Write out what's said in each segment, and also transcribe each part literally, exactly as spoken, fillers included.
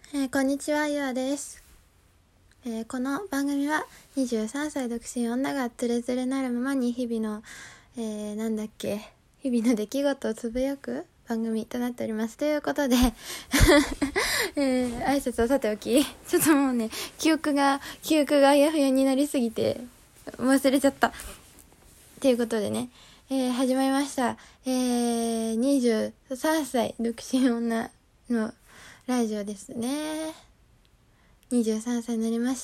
えーこんにちは、ゆあです。えーこの番組はにじゅうさんさい独身女がつれづれなるままに日々の、えー、なんだっけ、日々の出来事をつぶやく番組となっております。ということで、えー、挨拶をさておき、ちょっともうね、記憶が、記憶があやふやになりすぎて、忘れちゃった。ということでね、えー、始まりました。えー、にじゅうさんさい独身女のラジオですね。にじゅうさんさいになりまして、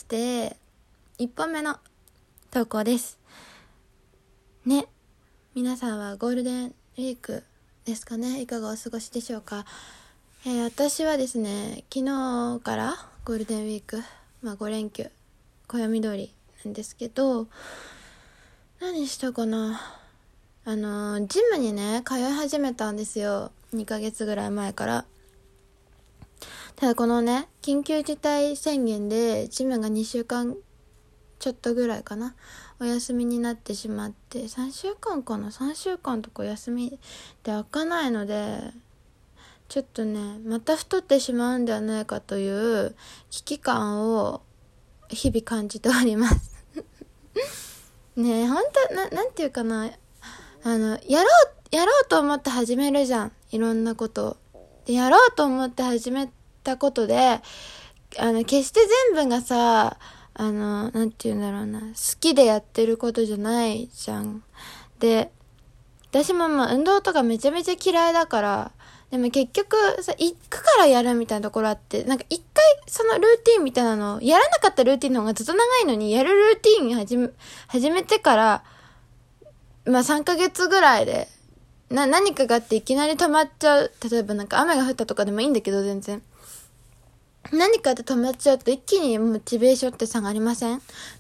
いっぽんめの投稿です。ね、皆さんはゴールデンウィークですかね。いかがお過ごしでしょうか。えー、私はですね、昨日からゴールデンウィーク、まあご連休、暦通りなんですけど、何したかな。あのー、ジムにね、通い始めたんですよ。にかげつぐらい前から。ただこのね、緊急事態宣言でジムがにしゅうかんちょっとぐらいかな、お休みになってしまって、さんしゅうかんかな、さんしゅうかんとか休みで開かないので、ちょっとね、また太ってしまうんではないかという危機感を日々感じておりますねえ、ほんと、な、なんていうかな、あの、やろう、やろうと思って始めるじゃん、いろんなことを。で、やろうと思って始めたことで、あの、決して全部がさ、あの、なんて言うんだろうな、好きでやってることじゃないじゃん。で、私もまあ運動とかめちゃめちゃ嫌いだから、でも結局さ、行くからやるみたいなところあって、なんか一回そのルーティンみたいなのを、やらなかったルーティンの方がずっと長いのに、やるルーティン始め、始めてから、まあさんかげつぐらいで、な、何かがあっていきなり止まっちゃう。例えばなんか雨が降ったとかでもいいんだけど、全然。何かで止まっちゃうと一気にモチベーションって下がりません？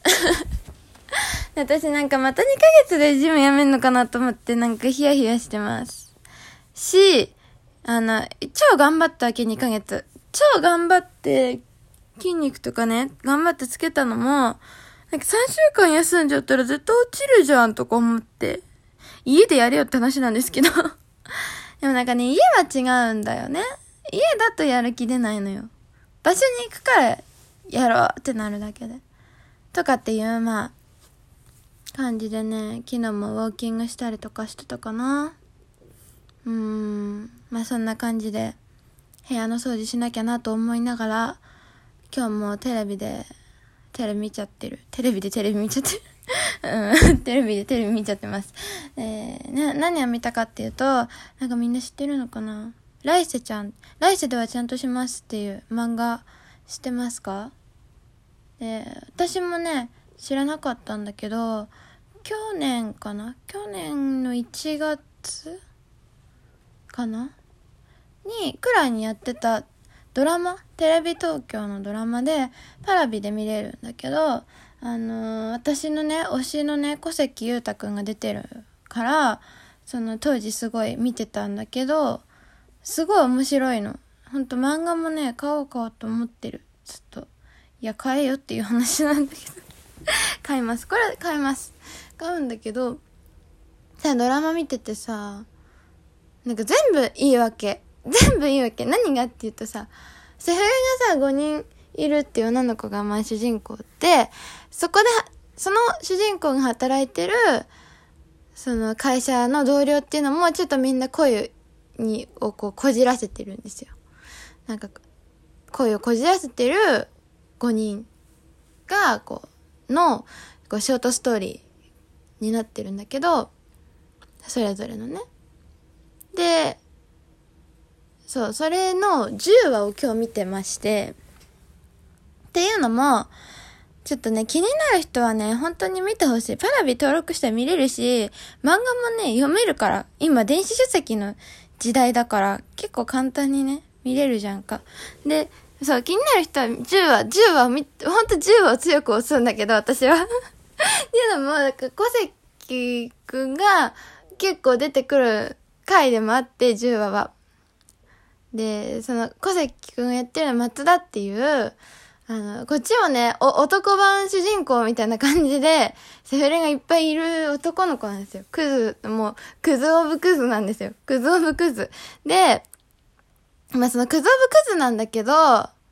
私なんかまたにかげつでジムやめんのかなと思ってなんかヒヤヒヤしてます。し、あの、超頑張ったわけにかげつ。超頑張って筋肉とかね、頑張ってつけたのも、なんかさんしゅうかん休んじゃったら絶対落ちるじゃんとか思って、家でやれよって話なんですけど。でもなんかね、家は違うんだよね。家だとやる気出ないのよ。場所に行くからやろうってなるだけで。とかっていう、まあ、感じでね、昨日もウォーキングしたりとかしてたかな。うーん、まあそんな感じで、部屋の掃除しなきゃなと思いながら、今日もテレビで、テレビ見ちゃってる。テレビでテレビ見ちゃってる。うん、テレビでテレビ見ちゃってます。えー、な、何を見たかっていうと、なんかみんな知ってるのかな？来世ちゃん、来世ではちゃんとしますっていう漫画知ってますか？で、私もね、知らなかったんだけど、去年かな？去年のいちがつかな？に、くらいにやってたドラマ、テレビ東京のドラマで、パラビで見れるんだけど、あのー、私のね、推しのね、小関裕太くんが出てるから、その当時すごい見てたんだけど、すごい面白いの。ほんと漫画もね、買おう買おうと思ってる。ちょっと。いや、買えよっていう話なんだけど。買います。これ買います。買うんだけど、さ、ドラマ見ててさ、なんか全部いいわけ。全部いいわけ。何がって言うとさ、セフレがさ、ごにんいるっていう女の子がまあ主人公で、そこで、その主人公が働いてる、その会社の同僚っていうのもちょっとみんな恋に、をこうこじらせてるんですよ。なんか、恋をこじらせてるごにんが、こう、の、こうショートストーリーになってるんだけど、それぞれのね。で、そう、それのじゅうわを今日見てまして、っていうのも、ちょっとね、気になる人はね、本当に見てほしい。パラビ登録したら見れるし、漫画もね、読めるから。今、電子書籍の時代だから、結構簡単にね、見れるじゃんか。で、そう、気になる人はじゅうわ、じゅうわを見て、ほんとじゅうわを強く押すんだけど、私は。っていうのも、なんか、小関くんが結構出てくる回でもあって、じゅうわは。で、その、小関くんがやってるのは松田っていう、あの、こっちもね、お、男版主人公みたいな感じで、セフレがいっぱいいる男の子なんですよ。クズ、もう、クズオブクズなんですよ。クズオブクズ。で、まあそのクズオブクズなんだけど、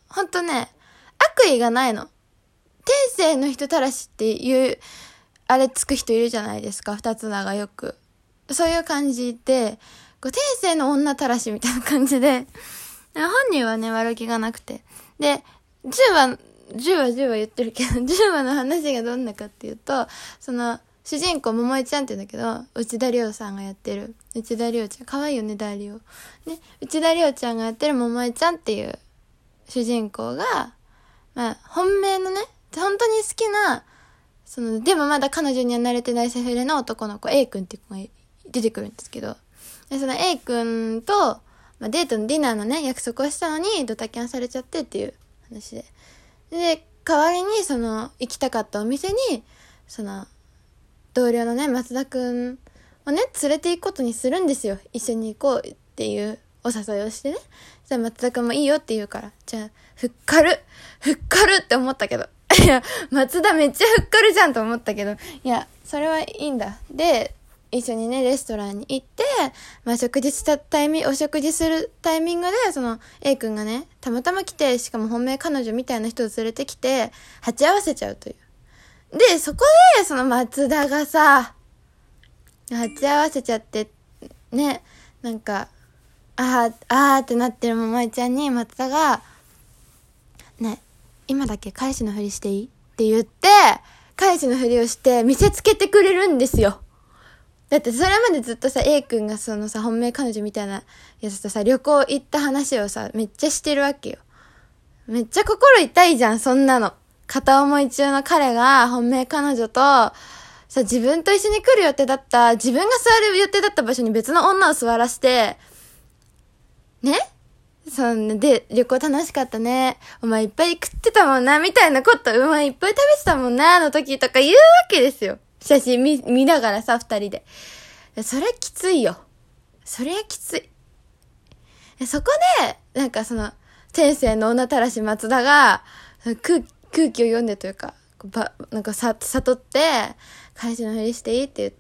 ほんとね、悪意がないの。天性の人たらしっていう、あれつく人いるじゃないですか、二つ名がよく。そういう感じで、こう天性の女たらしみたいな感じで、本人はね、悪気がなくて。で、じゅうわ、じゅうわじゅうわ言ってるけど、じゅうわの話がどんなかっていうと、その、主人公、桃江ちゃんって言うんだけど、内田理央さんがやってる、内田理央ちゃん、可愛いよね、ダリオ。ね、内田理央ちゃんがやってる桃江ちゃんっていう主人公が、まあ、本命のね、本当に好きな、その、でもまだ彼女には慣れてないセフレの男の子、A 君っていう子が出てくるんですけど、でその A 君と、まあ、デートのディナーのね、約束をしたのにドタキャンされちゃってっていう話で。で、代わりにその、行きたかったお店に、その、同僚のね、松田くんをね、連れて行くことにするんですよ。一緒に行こうっていうお誘いをしてね。じゃあ松田くんもいいよって言うから。じゃあ、ふっかるふっかるって思ったけど。いや、松田めっちゃふっかるじゃんと思ったけど。いや、それはいいんだ。で、一緒にね、レストランに行って、まあ、食事したタイミング、お食事するタイミングで、その、A 君がね、たまたま来て、しかも本命彼女みたいな人を連れてきて、鉢合わせちゃうという。で、そこで、その松田がさ、鉢合わせちゃって、ね、なんか、あー、あーってなってる桃江ちゃんに松田が、ね、今だけ彼氏のふりしていいって言って、彼氏のふりをして見せつけてくれるんですよ。だってそれまでずっとさ、A 君がそのさ、本命彼女みたいなやつとさ、旅行行った話をさ、めっちゃしてるわけよ。めっちゃ心痛いじゃん、そんなの。片思い中の彼が本命彼女と、さ、自分と一緒に来る予定だった、自分が座る予定だった場所に別の女を座らして、ね？そんな、で、旅行楽しかったね。お前いっぱい食ってたもんな、みたいなこと、お前いっぱい食べてたもんな、あの時とか言うわけですよ。写真見、見ながらさ、二人で。それきついよ。それはきつい。そこで、なんかその、天性の女たらし松田が、空、空気を読んでというか、ば、なんかさ、悟って、彼氏のふりしていいって言って、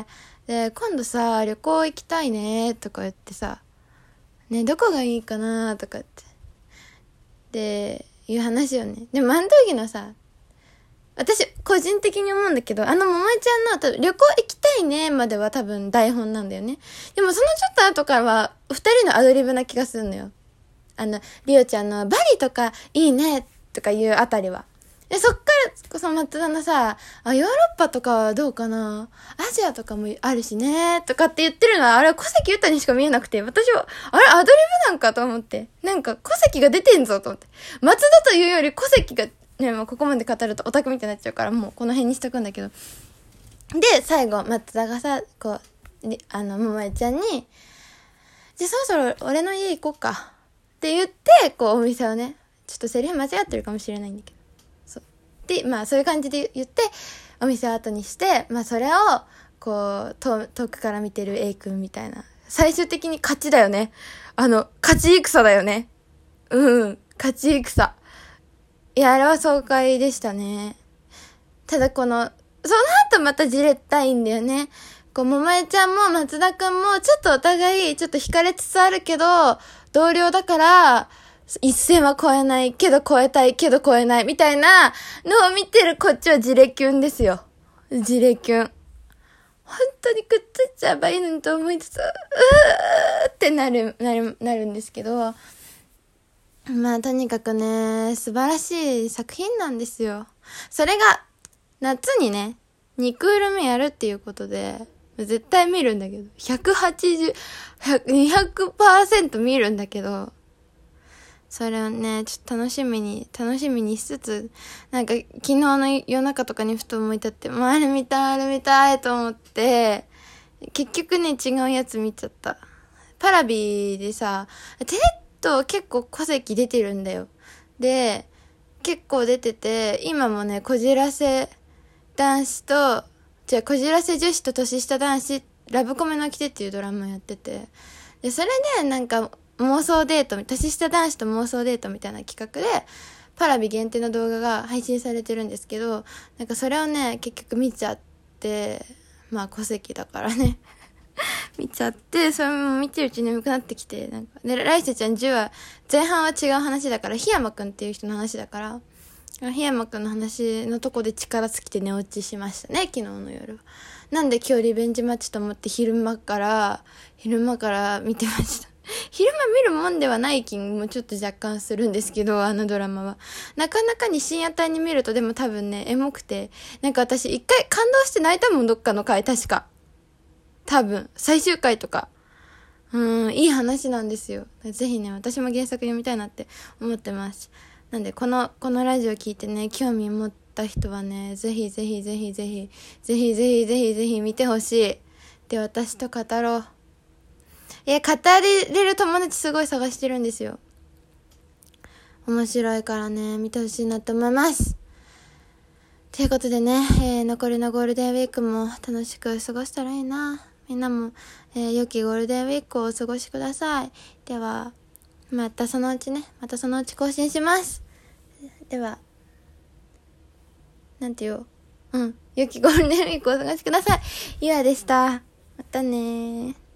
で、今度さ、旅行行きたいね、とか言ってさ、ね、どこがいいかな、とかって。で、いう話よね。でも、あの時のさ、私、個人的に思うんだけど、あの桃江ちゃんの多分旅行行きたいねまでは多分台本なんだよね。でもそのちょっと後からは、二人のアドリブな気がするのよ。あの、リオちゃんのバリとかいいねとかいうあたりは。で、そっからその松田のさ、あ、ヨーロッパとかはどうかな、アジアとかもあるしねとかって言ってるのは、あれは小関裕太にしか見えなくて、私は、あれアドリブなんかと思って。なんか小関が出てんぞと思って。松田というより小関が、ね、もうここまで語るとオタクみたいになっちゃうから、もうこの辺にしとくんだけど。で、最後、松田がさ、こう、あの、桃江ちゃんに、じゃあそろそろ俺の家行こうか。って言って、こう、お店をね、ちょっとセリフ間違ってるかもしれないんだけど。そう。で、まあ、そういう感じで言って、お店を後にして、まあ、それを、こう、遠くから見てる A 君みたいな。最終的に勝ちだよね。あの、勝ち戦だよね。うん、勝ち戦。いや、あれは爽快でしたね。ただこの、その後またじれったいんだよね。こう、桃江ちゃんも松田くんも、ちょっとお互い、ちょっと惹かれつつあるけど、同僚だから、一線は越えないけど越えたいけど越えないみたいなのを見てるこっちはジレキュンですよ。ジレキュン。本当にくっついちゃえばいいのにと思いつつ、うーってなる、なる、なるんですけど、まあとにかくね、素晴らしい作品なんですよ。それが、夏にね、にクール目やるっていうことで、絶対見るんだけど、ひゃくはちじゅう、にひゃくパーセント 見るんだけど、それをね、ちょっと楽しみに、楽しみにしつつ、なんか昨日の夜中とかにふと思い立って、もうあれ見たい、あれ見たいと思って、結局ね、違うやつ見ちゃった。パラビでさ、テレ東結構小関出てるんだよ。で、結構出てて、今もね、こじらせ男子と、じゃあこじらせ女子と年下男子、ラブコメの規定っていうドラマやってて、で、それでなんか、妄想デート、年下男子と妄想デートみたいな企画で、パラビ限定の動画が配信されてるんですけど、なんかそれをね、結局見ちゃって、まあ戸籍だからね。 見ちゃって、それも見てるうちに眠くなってきて、なんか、で、来世ちゃんじゅうは、前半は違う話だから、檜山くんっていう人の話だから、檜山くんの話のとこで力尽きて寝落ちしましたね、昨日の夜は。なんで今日リベンジマッチと思って昼間から、昼間から見てました。昼間見るもんではない気もちょっと若干するんですけど、あのドラマは。なかなかに深夜帯に見るとでも多分ね、エモくて、なんか私一回感動して泣いたもん、どっかの回、確か。多分、最終回とか。うーん、いい話なんですよ。ぜひね、私も原作読みたいなって思ってます。なんで、この、このラジオ聞いてね、興味持った人はね、ぜひぜひぜひぜひ、ぜひぜひぜひぜひ見てほしい。で、私と語ろう。いや、語れる友達すごい探してるんですよ。面白いからね、見てほしいなと思います。ということでね、えー、残りのゴールデンウィークも楽しく過ごしたらいいな。みんなも、えー、良きゴールデンウィークをお過ごしください。では、またそのうちね、またそのうち更新します。では、なんて言おう。うん。良きゴールデンウィークをお過ごしください。ゆあでした。またねー。